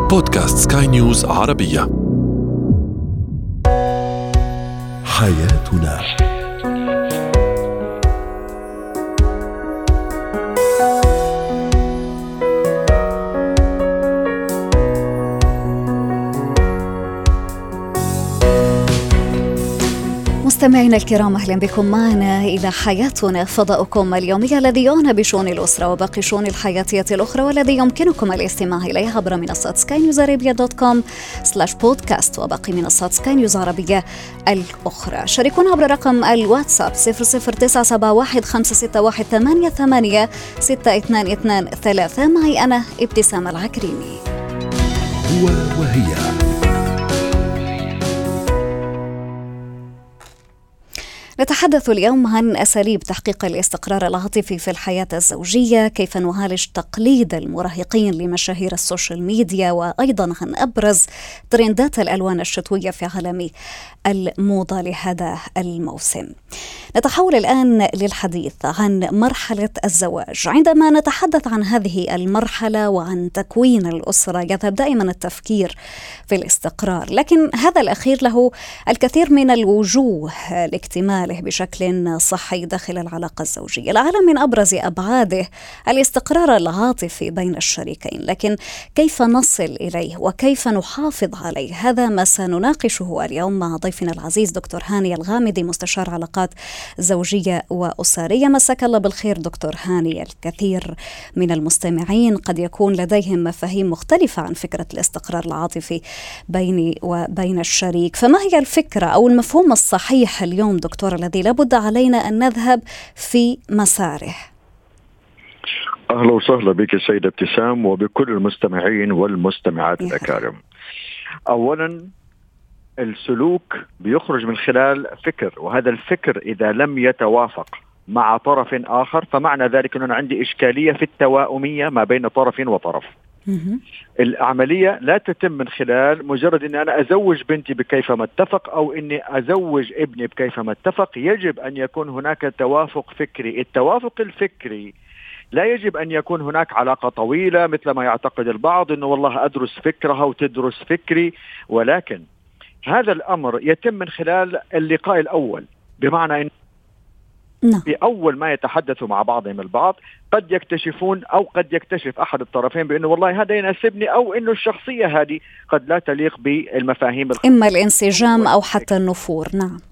بودكاست سكاي نيوز عربية. حياتنا. مستمعينا الكرام، أهلا بكم معنا إلى حياتنا، فضاؤكم اليومي الذي يعنى بشؤون الأسرة وباقي الشؤون الحياتية الأخرى، والذي يمكنكم الاستماع إليه عبر منصات skynewsarabia.com/podcast وباقي منصات سكاي نيوز عربية الأخرى. شاركونا عبر رقم الواتساب 009715688622. معي أنا ابتسام العكريمي. هو وهي. نتحدث اليوم عن أساليب تحقيق الاستقرار العاطفي في الحياة الزوجية، كيف نعالج تقليد المراهقين لمشاهير السوشيال ميديا، وأيضا عن أبرز ترندات الألوان الشتوية في عالم الموضة لهذا الموسم. نتحول الآن للحديث عن مرحلة الزواج. عندما نتحدث عن هذه المرحلة وعن تكوين الأسرة، يذهب دائما التفكير في الاستقرار، لكن هذا الأخير له الكثير من الوجوه لاكتماله بشكل صحي داخل العلاقة الزوجية. العالم من أبرز أبعاده الاستقرار العاطفي بين الشريكين، لكن كيف نصل إليه وكيف نحافظ عليه؟ هذا ما سنناقشه اليوم مع ضيفنا العزيز دكتور هاني الغامدي، مستشار علاقات زوجية وأسرية. مساك الله بالخير دكتور هاني. الكثير من المستمعين قد يكون لديهم مفاهيم مختلفة عن فكرة الاستقرار العاطفي بيني وبين الشريك، فما هي الفكرة أو المفهوم الصحيح اليوم دكتور الذي لابد علينا أن نذهب في مساره؟ أهلا وسهلا بك سيدة ابتسام وبكل المستمعين والمستمعات الأكارم. أولا، السلوك بيخرج من خلال فكر، وهذا الفكر إذا لم يتوافق مع طرف آخر فمعنى ذلك أن أنا عندي إشكالية في التوائمية ما بين طرف وطرف. العملية لا تتم من خلال مجرد أن أنا أزوج بنتي بكيفما اتفق أو أني أزوج ابني بكيفما اتفق. يجب أن يكون هناك توافق فكري. التوافق الفكري لا يجب أن يكون هناك علاقة طويلة مثل ما يعتقد البعض أنه والله أدرس فكرها وتدرس فكري، ولكن هذا الأمر يتم من خلال اللقاء الأول، بمعنى أن في أول ما يتحدثوا مع بعضهم البعض قد يكتشفون أو قد يكتشف أحد الطرفين بأنه والله هذا يناسبني، أو أنه الشخصية هذه قد لا تليق بالمفاهيم إما الانسجام أو حتى النفور.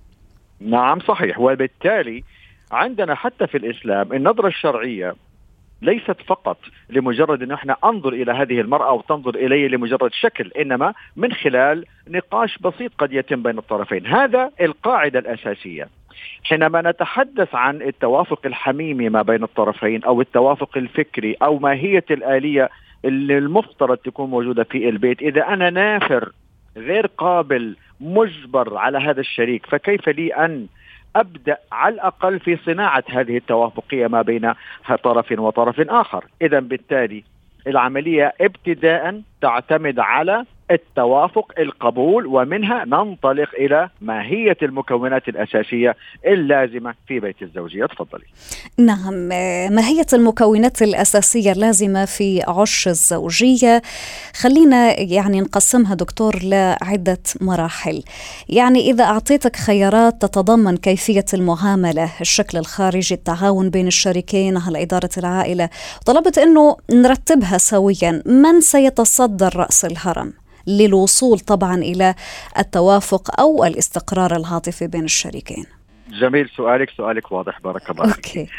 نعم صحيح. وبالتالي عندنا حتى في الإسلام النظرة الشرعية ليست فقط لمجرد أن احنا أنظر إلى هذه المرأة أو تنظر إليه لمجرد شكل، إنما من خلال نقاش بسيط قد يتم بين الطرفين. هذا القاعدة الأساسية. حينما نتحدث عن التوافق الحميمي ما بين الطرفين أو التوافق الفكري أو ماهية الآلية اللي المفترض تكون موجودة في البيت، إذا أنا نافر غير قابل مجبر على هذا الشريك، فكيف لي أن أبدأ على الأقل في صناعة هذه التوافقية ما بين طرف وطرف آخر؟ إذن بالتالي العملية ابتداء تعتمد على التوافق، القبول، ومنها ننطلق إلى ماهية المكونات الأساسية اللازمة في بيت الزوجية. تفضلي. نعم، ماهية المكونات الأساسية اللازمة في عش الزوجية، خلينا نقسمها دكتور لعدة مراحل. إذا أعطيتك خيارات تتضمن كيفية المعاملة، الشكل الخارجي، التعاون بين الشريكين على إدارة العائلة، طلبت أنه نرتبها سويا، من سيتصدر رأس الهرم للوصول طبعا إلى التوافق أو الاستقرار العاطفي بين الشريكين؟ جميل سؤالك واضح، بارك الله فيك.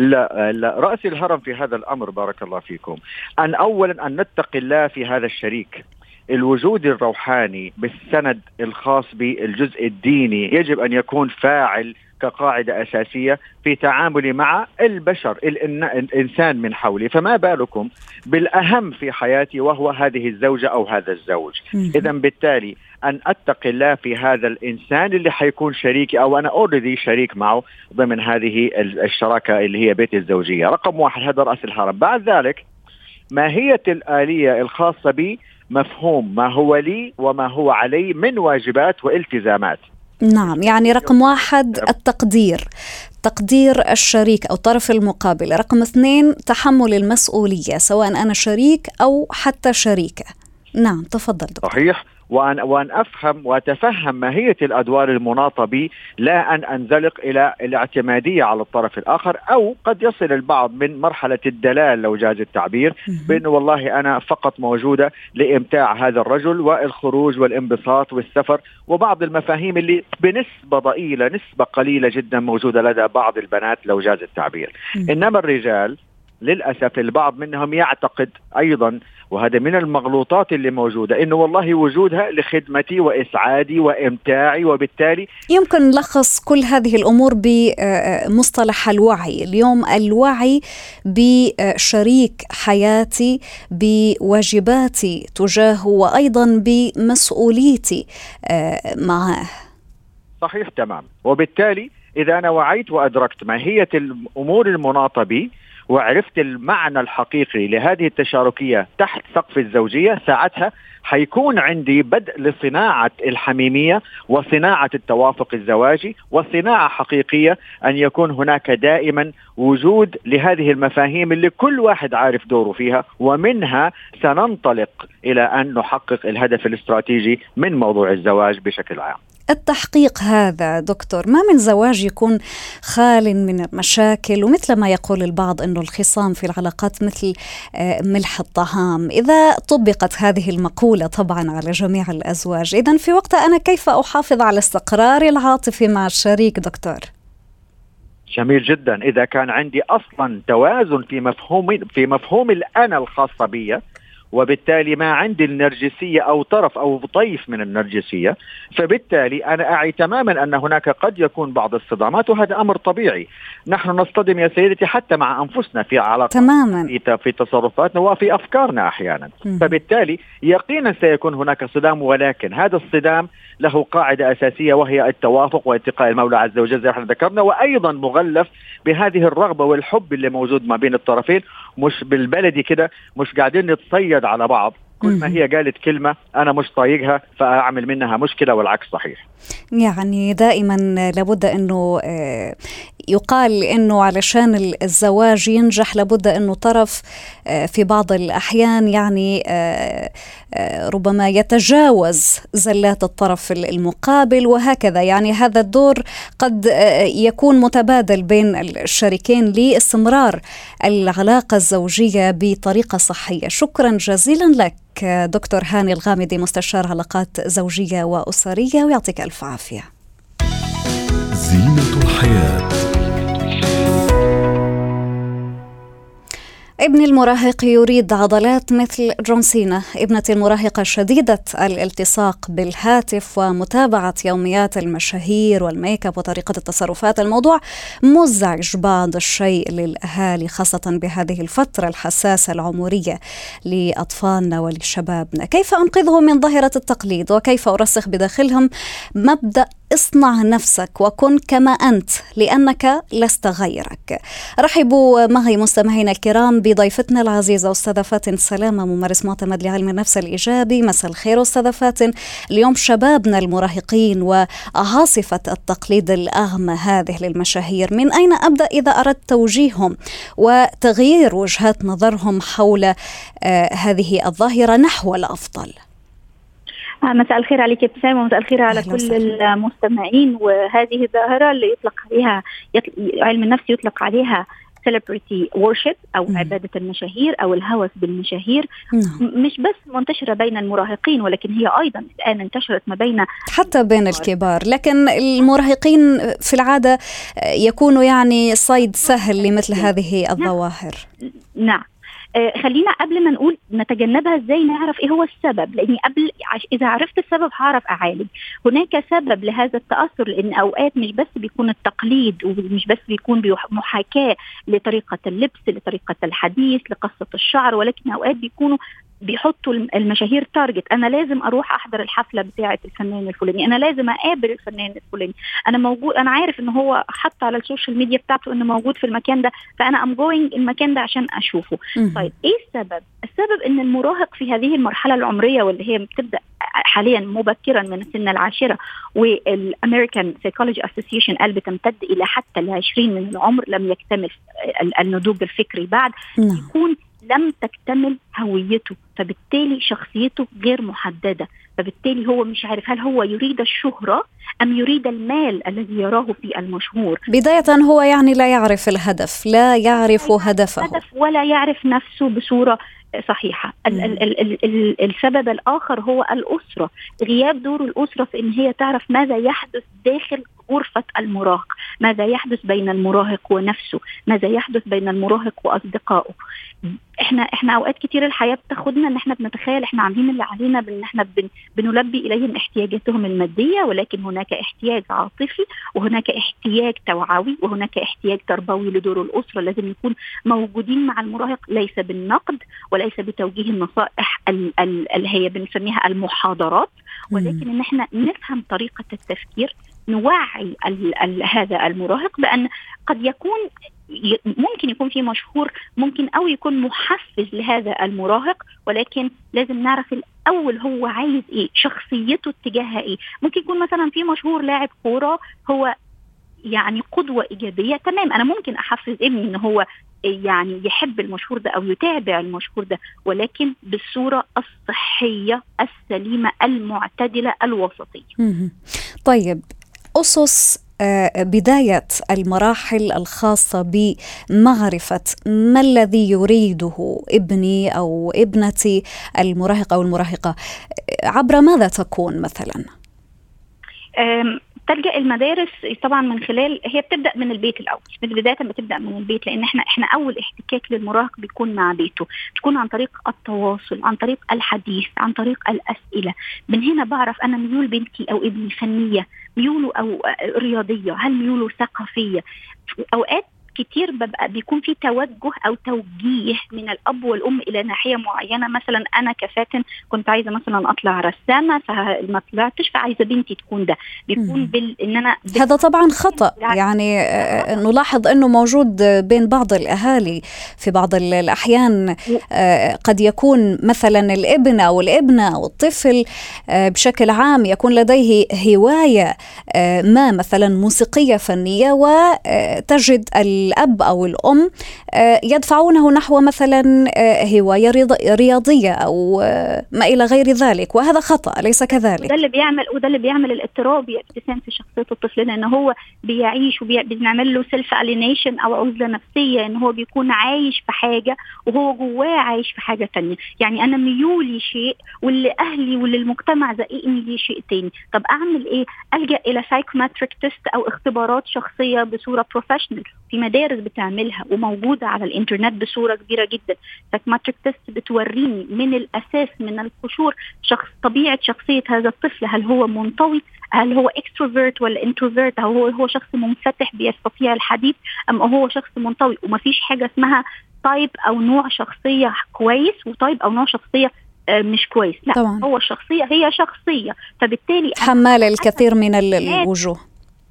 رأس الهرم في هذا الأمر بارك الله فيكم أن أولا أن نتقي الله في هذا الشريك. الوجود الروحاني بالسند الخاص بالجزء الديني يجب أن يكون فاعل كقاعدة أساسية في تعاملي مع البشر، الإنسان من حولي، فما بالكم بالأهم في حياتي وهو هذه الزوجة أو هذا الزوج. إذن بالتالي أن أتقي الله في هذا الإنسان اللي حيكون شريكي أو أنا أوريدي شريك معه ضمن هذه الشراكة اللي هي بيت الزوجية. رقم واحد، هذا رأس الهرم. بعد ذلك ماهية الآلية الخاصة بي، مفهوم ما هو لي وما هو علي من واجبات والتزامات. نعم، رقم واحد تقدير الشريك أو الطرف المقابل. رقم 2 تحمل المسؤولية، سواء أنا شريك أو حتى شريكة. نعم تفضل دكتور. صحيح. وأن أفهم وأتفهم ماهية الأدوار المناطة بي، لا أن أنزلق إلى الاعتمادية على الطرف الآخر، أو قد يصل البعض من مرحلة الدلال لو جاز التعبير، بأنه والله أنا فقط موجودة لإمتاع هذا الرجل والخروج والانبساط والسفر، وبعض المفاهيم اللي بنسبة ضئيلة، نسبة قليلة جدا موجودة لدى بعض البنات لو جاز التعبير. إنما الرجال للأسف البعض منهم يعتقد أيضا، وهذا من المغلوطات اللي موجودة، إنه والله وجودها لخدمتي وإسعادي وإمتاعي، وبالتالي يمكن نلخص كل هذه الأمور بمصطلح الوعي. اليوم الوعي بشريك حياتي، بواجباتي تجاهه، وأيضا بمسؤوليتي معه. صحيح تمام. وبالتالي إذا أنا وعيت وأدركت ماهية الأمور المناطة بي، وعرفت المعنى الحقيقي لهذه التشاركية تحت سقف الزوجية، ساعتها حيكون عندي بدء لصناعة الحميمية وصناعة التوافق الزواجي، وصناعة حقيقية أن يكون هناك دائما وجود لهذه المفاهيم اللي كل واحد عارف دوره فيها، ومنها سننطلق إلى أن نحقق الهدف الاستراتيجي من موضوع الزواج بشكل عام. التحقيق هذا دكتور، ما من زواج يكون خال من المشاكل، ومثل ما يقول البعض أنه الخصام في العلاقات مثل ملح الطعام. إذا طبقت هذه المقولة طبعا على جميع الأزواج، إذن في وقتها أنا كيف أحافظ على استقرار العاطفي مع الشريك دكتور؟ جميل جدا. إذا كان عندي أصلا توازن في مفهوم الأنا الخاصة بي، وبالتالي ما عندي النرجسية أو طرف أو طيف من النرجسية، فبالتالي أنا أعي تماما أن هناك قد يكون بعض الصدامات، وهذا أمر طبيعي. نحن نصطدم يا سيدتي حتى مع أنفسنا في علاقات، في تصرفاتنا وفي أفكارنا أحيانا. فبالتالي يقينا سيكون هناك صدام، ولكن هذا الصدام له قاعدة أساسية، وهي التوافق واتقاء المولى عز وجل زي ما ذكرنا، وأيضا مغلف بهذه الرغبة والحب اللي موجود ما بين الطرفين. مش بالبلدي كده، مش قاعدين نتصيد على بعض، كل ما هي قالت كلمة أنا مش طايقها فأعمل منها مشكلة، والعكس صحيح. يعني دائما لابد أنه يقال أنه علشان الزواج ينجح لابد أنه طرف في بعض الأحيان يعني ربما يتجاوز زلات الطرف المقابل، وهكذا. يعني هذا الدور قد يكون متبادل بين الشريكين لاستمرار العلاقة الزوجية بطريقة صحية. شكرا جزيلا لك دكتور هاني الغامدي، مستشار علاقات زوجية وأسرية، ويعطيك ألف عافية. زينة الحياة. ابن المراهق يريد عضلات مثل جون سينا. ابنتي المراهقة شديدة الالتصاق بالهاتف ومتابعة يوميات المشاهير والميك اب وطريقة التصرفات. الموضوع مزعج بعض الشيء للأهالي، خاصة بهذه الفترة الحساسة العمرية لأطفالنا ولشبابنا. كيف أنقذهم من ظاهرة التقليد، وكيف أرسخ بداخلهم مبدأ اصنع نفسك وكن كما أنت لأنك لست غيرك؟ رحبوا معي مستمعينا الكرام بضيفتنا العزيزة أستاذة فاتن سلامة، ممارس معتمد لعلم النفس الإيجابي. مساء الخير أستاذة فاتن. اليوم شبابنا المراهقين وعاصفة التقليد الأعمى هذه للمشاهير، من أين أبدأ إذا أردت توجيههم وتغيير وجهات نظرهم حول هذه الظاهرة نحو الأفضل؟ مساء الخير عليك ابتسام، ومساء الخير على كل المستمعين. وهذه الظاهرة اللي يطلق عليها علم النفس يطلق عليها celebrity worship أو عبادة المشاهير أو الهوس بالمشاهير. مش بس منتشرة بين المراهقين، ولكن هي أيضا الآن انتشرت ما بين حتى بين الكبار، لكن المراهقين في العادة يكونوا يعني صيد سهل لمثل هذه الظواهر. نعم. خلينا قبل ما نقول نتجنبها ازاي نعرف ايه هو السبب، لاني اذا عرفت السبب هعرف اعالج. هناك سبب لهذا التأثر، لان اوقات مش بس بيكون التقليد، ومش بس بيكون محاكاة لطريقة اللبس، لطريقة الحديث، لقصة الشعر، ولكن اوقات بيحطوا المشاهير تارجت. انا لازم اروح احضر الحفله بتاعه الفنان الفلاني، انا لازم اقابل الفنان الفلاني، انا موجود، انا عارف ان هو حط على السوشيال ميديا بتاعته انه موجود في المكان ده، فانا ام جوينج المكان ده عشان اشوفه. طيب ايه السبب؟ السبب ان المراهق في هذه المرحله العمريه، واللي هي بتبدا حاليا مبكرا من السن العاشره، والامريكان سايكولوجي اسوسيشن قال بتمتد الى حتى ال20 من العمر، لم يكتمل النضوج الفكري بعد. يكون لم تكتمل هويته، فبالتالي شخصيته غير محددة، فبالتالي هو مش عارف هل هو يريد الشهرة أم يريد المال الذي يراه في المشهور. بداية هو يعني لا يعرف الهدف، لا يعرف هدفه ولا يعرف نفسه بصورة صحيحة. السبب الآخر هو الأسرة، غياب دور الأسرة في إن هي تعرف ماذا يحدث داخل غرفة المراهق، ماذا يحدث بين المراهق ونفسه، ماذا يحدث بين المراهق وأصدقائه. احنا اوقات كتير الحياة بتاخدنا ان احنا بنتخيل احنا عاملين اللي علينا بان احنا بنلبي اليهم احتياجاتهم المادية، ولكن هناك احتياج عاطفي، وهناك احتياج توعوي، وهناك احتياج تربوي لدور الأسرة لازم يكون موجودين مع المراهق، ليس بالنقد وليس بتوجيه النصائح اللي هي بنسميها المحاضرات، ولكن ان احنا نفهم طريقة التفكير، نوعي هذا المراهق بأن قد يكون ممكن يكون في مشهور ممكن أو يكون محفز لهذا المراهق، ولكن لازم نعرف الأول هو عايز إيه، شخصيته اتجاهها إيه. ممكن يكون مثلا في مشهور لاعب كورة هو يعني قدوة إيجابية، تمام، أنا ممكن أحفز ابني إن هو يعني يحب المشهور ده أو يتابع المشهور ده، ولكن بالصورة الصحية السليمة المعتدلة الوسطية. طيب، أسس بداية المراحل الخاصة بمعرفة ما الذي يريده ابني أو ابنتي المراهق أو المراهقة، عبر ماذا تكون مثلا؟ تلجأ المدارس طبعا من خلال، هي بتبدأ من البيت الأول، بداية بتبدأ من البيت، لأن احنا أول احتكاك للمراهق بيكون مع بيته، بتكون عن طريق التواصل، عن طريق الحديث، عن طريق الأسئلة. من هنا بعرف أنا ميول بنتي أو ابني فنية، ميوله أو رياضية، هل ميوله ثقافية. أوقات كتير بيكون في توجه أو توجيه من الأب والأم إلى ناحية معينة. مثلا أنا كفاتن كنت عايزة مثلا أطلع رسامة فما طلعتش، فعايزة بنتي تكون ده، بيكون إن أنا هذا طبعا خطأ، يعني نلاحظ أنه موجود بين بعض الأهالي في بعض الأحيان. قد يكون مثلا الابن أو الابنة أو الطفل بشكل عام يكون لديه هواية ما مثلا موسيقية فنية، وتجد الأب أو الأم يدفعونه نحو مثلا هواية رياضية أو ما إلى غير ذلك، وهذا خطأ، أليس كذلك؟ وده اللي بيعمل الاضطراب ابتسام في شخصية الطفل، لأن هو بيعيش وبنعمل له سيلف ألينيشن أو عزلة نفسية، إن هو بيكون عايش في حاجة وهو جواه عايش في حاجة تانية. يعني أنا ميولي شيء واللي أهلي واللي المجتمع زقيقني ليه شيء تاني. طب أعمل إيه؟ ألجأ إلى سايكوماتريك تيست أو اختبارات شخصية بصورة بروفيشنال، في مدارس بتعملها وموجودة على الإنترنت بصورة كبيرة جدا. سايكوماتريك تيست بتوريني من الأساس من القشور طبيعة شخصية هذا الطفل، هل هو منطوي، هل هو اكستروفيرت ولا انتروفيرت، هو شخص منفتح بيستطيع الحديث أم هو شخص منطوي. ومفيش حاجة اسمها تايب أو نوع شخصية كويس وتايب أو نوع شخصية مش كويس، لا طبعا. هو الشخصية هي شخصية، فبالتالي حمال الكثير من الوجوه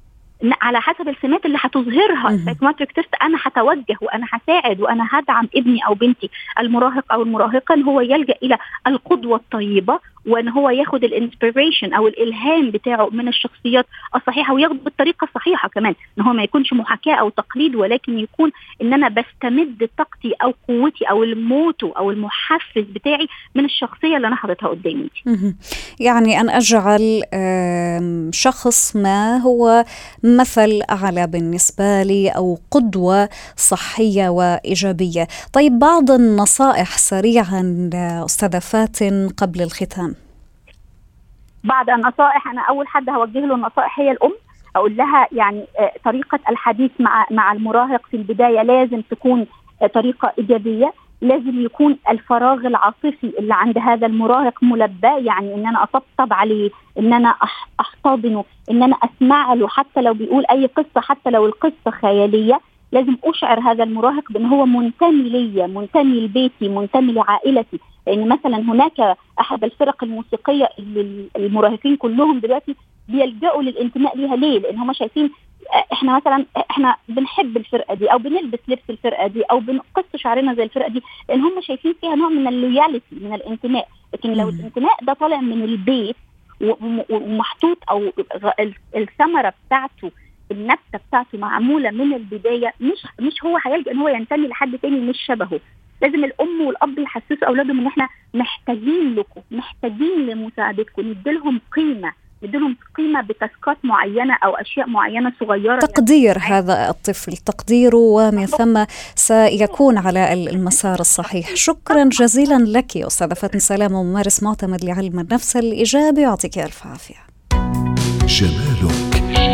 على حسب السمات اللي هتظهرها السايكوماتريك تيست. انا هتوجه وانا هساعد وانا هدعم ابني او بنتي المراهق او المراهقه ان هو يلجأ الى القدوه الطيبه، وان هو ياخد الانسبيريشن او الالهام بتاعه من الشخصيات الصحيحه، وياخد بالطريقه الصحيحه كمان، ان هو ما يكونش محاكاه او تقليد، ولكن يكون ان انا بستمد طاقتي او قوتي او الموتو او المحفز بتاعي من الشخصيه اللي انا حاططها قدامي. يعني ان اجعل شخص ما هو مثل أعلى بالنسبة لي أو قدوة صحية وإيجابية. طيب، بعض النصائح سريعا أستاذة فاتن قبل الختام. بعض النصائح، أنا أول حد هوجه له النصائح هي الأم. أقول لها يعني طريقة الحديث مع المراهق في البداية لازم تكون طريقة إيجابية، لازم يكون الفراغ العاطفي اللي عند هذا المراهق ملبى، يعني ان انا اطبطب عليه، ان انا احتضنه، ان انا اسمع له حتى لو بيقول اي قصة، حتى لو القصة خيالية. لازم اشعر هذا المراهق بان هو منتمي ليا، منتمي لبيتي، منتمي لعائلتي. لان مثلا هناك احد الفرق الموسيقية اللي المراهقين كلهم دلوقتي بيلجأوا للانتماء ليها. ليه؟ لان هم شايفين احنا مثلا بنحب الفرقه دي او بنلبس لبس الفرقه دي او بنقص شعرنا زي الفرقه دي، لان هم شايفين فيها نوع من اللويالتي، من الانتماء. لكن لو الانتماء ده طالع من البيت ومحطوط او الثمره بتاعته، النبته بتاعته معموله من البدايه، مش هو هيلجأ ان هو ينتمي لحد تاني مش شبهه. لازم الام والاب يحسسوا اولادهم ان احنا محتاجين لكم، محتاجين لمساعدتكم، نديلهم قيمه بتاسكات معينه او اشياء معينه صغيره، تقدير هذا الطفل، تقديره، ومن ثم سيكون على المسار الصحيح. شكرا جزيلا لك أستاذة فاتن سلام، ممارس معتمد لعلم النفس الإيجابي، يعطيك ألف عافية. جمالك.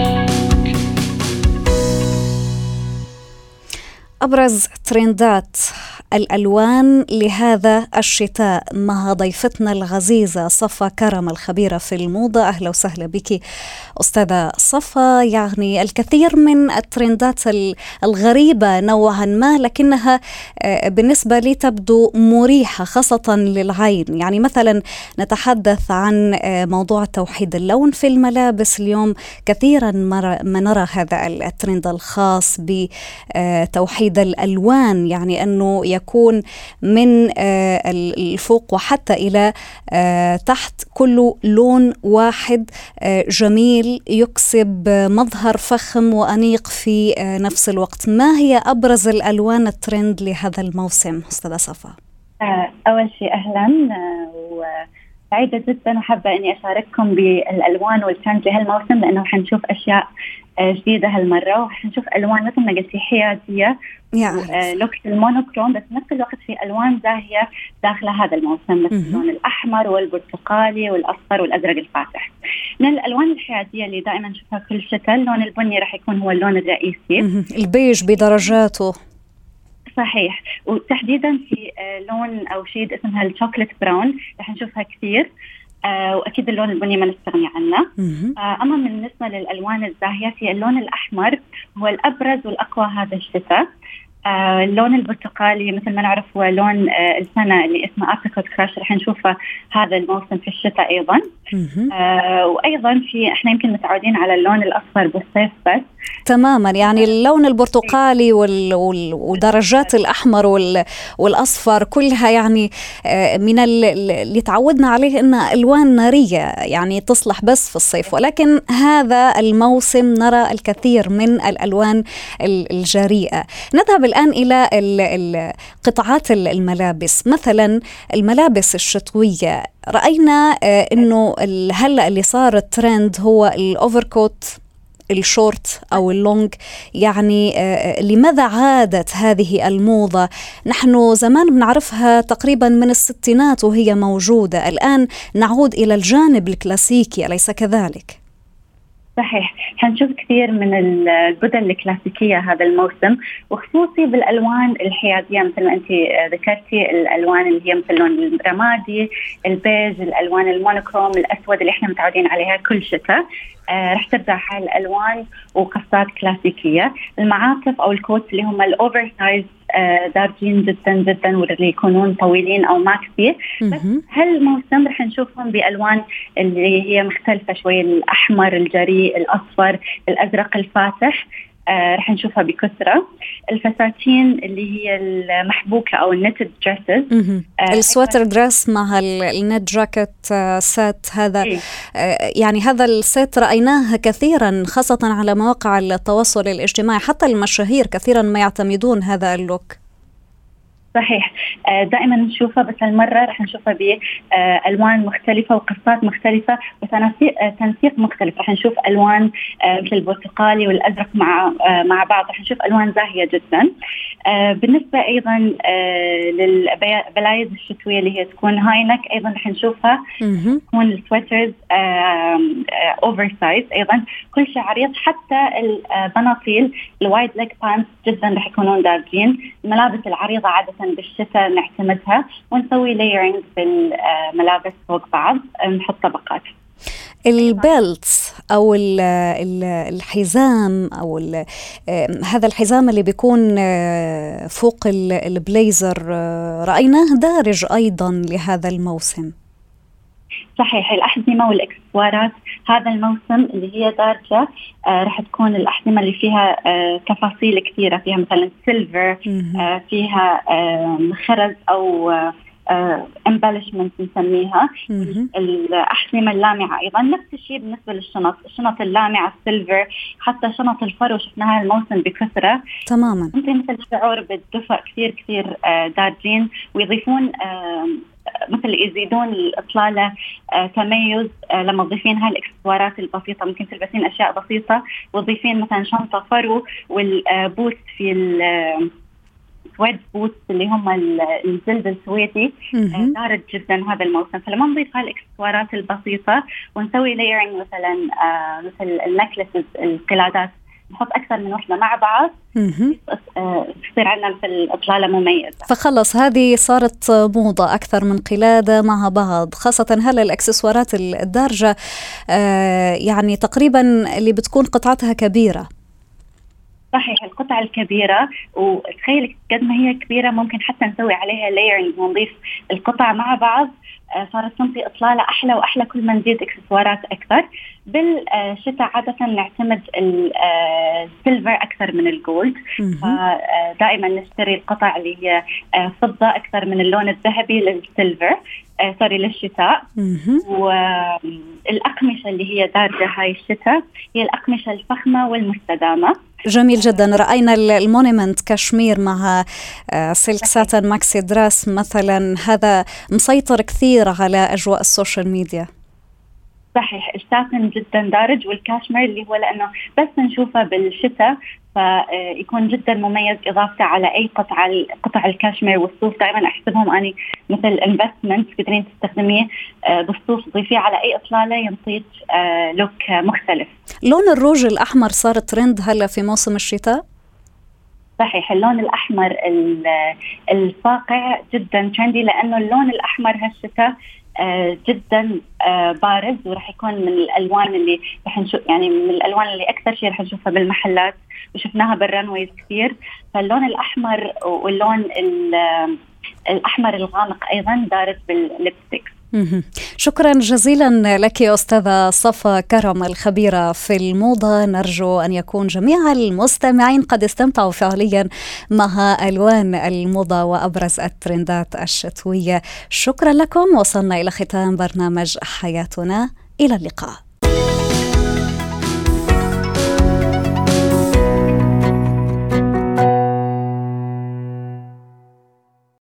أبرز ترندات الألوان لهذا الشتاء مع ضيفتنا العزيزة صفا كرم الخبيرة في الموضة. أهلا وسهلا بك أستاذة صفا. يعني الكثير من الترندات الغريبة نوعا ما، لكنها بالنسبة لي تبدو مريحة خاصة للعين. يعني مثلا نتحدث عن موضوع توحيد اللون في الملابس. اليوم كثيرا ما نرى هذا الترند الخاص بتوحيد الألوان، يعني أنه يكون من الفوق وحتى إلى تحت كله لون واحد جميل يكسب مظهر فخم وأنيق في نفس الوقت. ما هي أبرز الألوان الترند لهذا الموسم أستاذة صفا؟ أول شيء أهلا، وسعيدة جدا وحابة أني أشارككم بالألوان والترند لهالموسم، لأنه حنشوف أشياء جديدة هالمرة، وحنشوف ألوان مثل ما قلتي حيادية، لوك المونوكروم، بس نفس الوقت في ألوان زاهية داخل هذا الموسم، مثل اللون الأحمر والبرتقالي والأصفر والأزرق الفاتح. من الألوان الحيادية اللي دائما نشوفها كل شتاء اللون البني راح يكون هو اللون الرئيسي، البيج بدرجاته. صحيح، وتحديدا في لون أو شيء اسمها الشوكليت براون راح نشوفها كثير، وأكيد اللون البني ما نستغني عنه. أما بالنسبة للألوان الزاهية في اللون الأحمر هو الأبرز والأقوى هذا الشتاء. اللون البرتقالي مثل ما نعرف هو لون السنة اللي اسمه أبريكوت كراش، رح نشوفه هذا الموسم في الشتاء أيضا. وأيضا احنا يمكن متعودين على اللون الأصفر بالصيف بس تماما، يعني اللون البرتقالي ودرجات الأحمر والأصفر كلها يعني من اللي تعودنا عليه إنها ألوان نارية، يعني تصلح بس في الصيف. ولكن هذا الموسم نرى الكثير من الألوان الجريئة. نذهب الآن إلى قطعات الملابس. مثلا الملابس الشتوية رأينا إنه هلأ اللي صار الترند هو الأوفركوت، الشورت أو اللونج. يعني لماذا عادت هذه الموضة؟ نحن زمان بنعرفها تقريبا من الستينات وهي موجودة، الآن نعود إلى الجانب الكلاسيكي، أليس كذلك؟ صحيح، حنشوف كثير من البدل الكلاسيكية هذا الموسم، وخصوصي بالألوان الحيادية مثل ما أنت ذكرتي، الألوان اللي هي مثل اللون الرمادي، البيج، الألوان المونوكروم، الأسود اللي احنا متعودين عليها كل شتاء. رح ترجع حال الألوان وقصات كلاسيكية. المعاطف أو الكوت اللي هم الأوفر سايز دارجين جدا جدا، واللي يكونون طويلين أو ماكسي. بس هالموسم رح نشوفهم بألوان اللي هي مختلفة شوية، الأحمر الجريء، الأصفر، الأزرق الفاتح، رح نشوفها بكثرة. الفساتين اللي هي المحبوكة أو النتد دريسز، السواتر دريس مع النت جاكيت سات، هذا يعني هذا السيت رأيناه كثيرا خاصة على مواقع التواصل الاجتماعي، حتى المشاهير كثيرا ما يعتمدون هذا اللوك. صحيح، دائما نشوفها، بس المرة رح نشوفها بألوان مختلفة وقصات مختلفة وتنسيق مختلف. رح نشوف ألوان مثل البرتقالي والأزرق مع بعض، رح نشوف ألوان زاهية جدا. بالنسبة أيضا للبلايز الشتوية اللي هي تكون هاي نك، أيضا رح نشوفها تكون السويترز أوفر سايز، أيضا كل شيء عريض، حتى البناطيل الوايد ليج بانس جدا رح يكونون دارجين. الملابس العريضة عادة بالشتاء نعتمدها ونسوي لايرينج بالملابس فوق بعض، نحط طبقات. البيلتس أو الحزام أو هذا الحزام اللي بيكون فوق البليزر رأيناه دارج أيضا لهذا الموسم. صحيح، الأحزمة والإكسسوارات هذا الموسم اللي هي دارجة، راح تكون الأحزمة اللي فيها تفاصيل كثيرة، فيها مثلا سيلفر، فيها خرز أو embellishment نسميها. الأحزمة اللامعة أيضا نفس الشيء بالنسبة الشنط اللامعة السيلفر، حتى شنط الفرو شفناها الموسم بكثرة تماما. مثل الشعور بالدفء كثير دارجين، ويضيفون مثل يزيدون الإطلالة تميز لما تضيفين هاي الإكسسوارات البسيطة. ممكن تلبسين أشياء بسيطة وتضيفين مثلا شنطة فرو والبوت في سويد بوت اللي هم الجلد السويدي دارج جدا هذا الموسم. فلما نضيف هاي الإكسسوارات البسيطة ونسوي لايرنج مثلا مثل النكلسز القلادات، نحط أكثر من وحدة مع بعض تصير عندنا مثل الإطلالة مميزة. فخلص هذه صارت موضة، أكثر من قلادة مع بعض، خاصة هلا الأكسسوارات الدارجة يعني تقريبا اللي بتكون قطعتها كبيرة. صحيح، القطع الكبيرة، وتخيل قد ما هي كبيرة ممكن حتى نسوي عليها لايرنج ونضيف القطع مع بعض، صارت تنطي إطلالة أحلى وأحلى كل ما نزيد إكسسوارات أكثر. بالشتاء عادة نعتمد السيلفر أكثر من الجولد، فدائما نشتري القطع اللي هي فضة أكثر من اللون الذهبي للسيلفر للشتاء. والأقمشة اللي هي دارجة هاي الشتاء هي الأقمشة الفخمة والمستدامة. جميل جدا. رأينا المونيمنت كشمير مع سلك ساتن ماكسي دراس مثلا، هذا مسيطر كثير على أجواء السوشيال ميديا. صحيح، الساتن جدا دارج، والكاشمير اللي هو لأنه بس نشوفه بالشتاء فيكون جدا مميز إضافته على أي قطع الكاشمير والصوف. دائما أحسبهم أني مثل انفستمنت تقدرين تستخدميه بالصوف تضيفيه على أي إطلالة ينطيك لوك مختلف. لون الروج الأحمر صار ترند هلا في موسم الشتاء. صحيح، اللون الأحمر الفاقع جدا ترندي، لأنه اللون الأحمر هالشتاء جدا بارز، ورح يكون من الألوان اللي رح نشوف، يعني من الألوان اللي أكثر شيء رح نشوفها بالمحلات وشفناها بالرانويز كثير. فاللون الأحمر واللون الأحمر الغامق أيضا دارج بالليبستيك. شكرا جزيلا لك أستاذة صفا كرم الخبيرة في الموضة. نرجو أن يكون جميع المستمعين قد استمتعوا فعليا مع ألوان الموضة وأبرز الترندات الشتوية. شكرا لكم. وصلنا إلى ختام برنامج حياتنا، إلى اللقاء.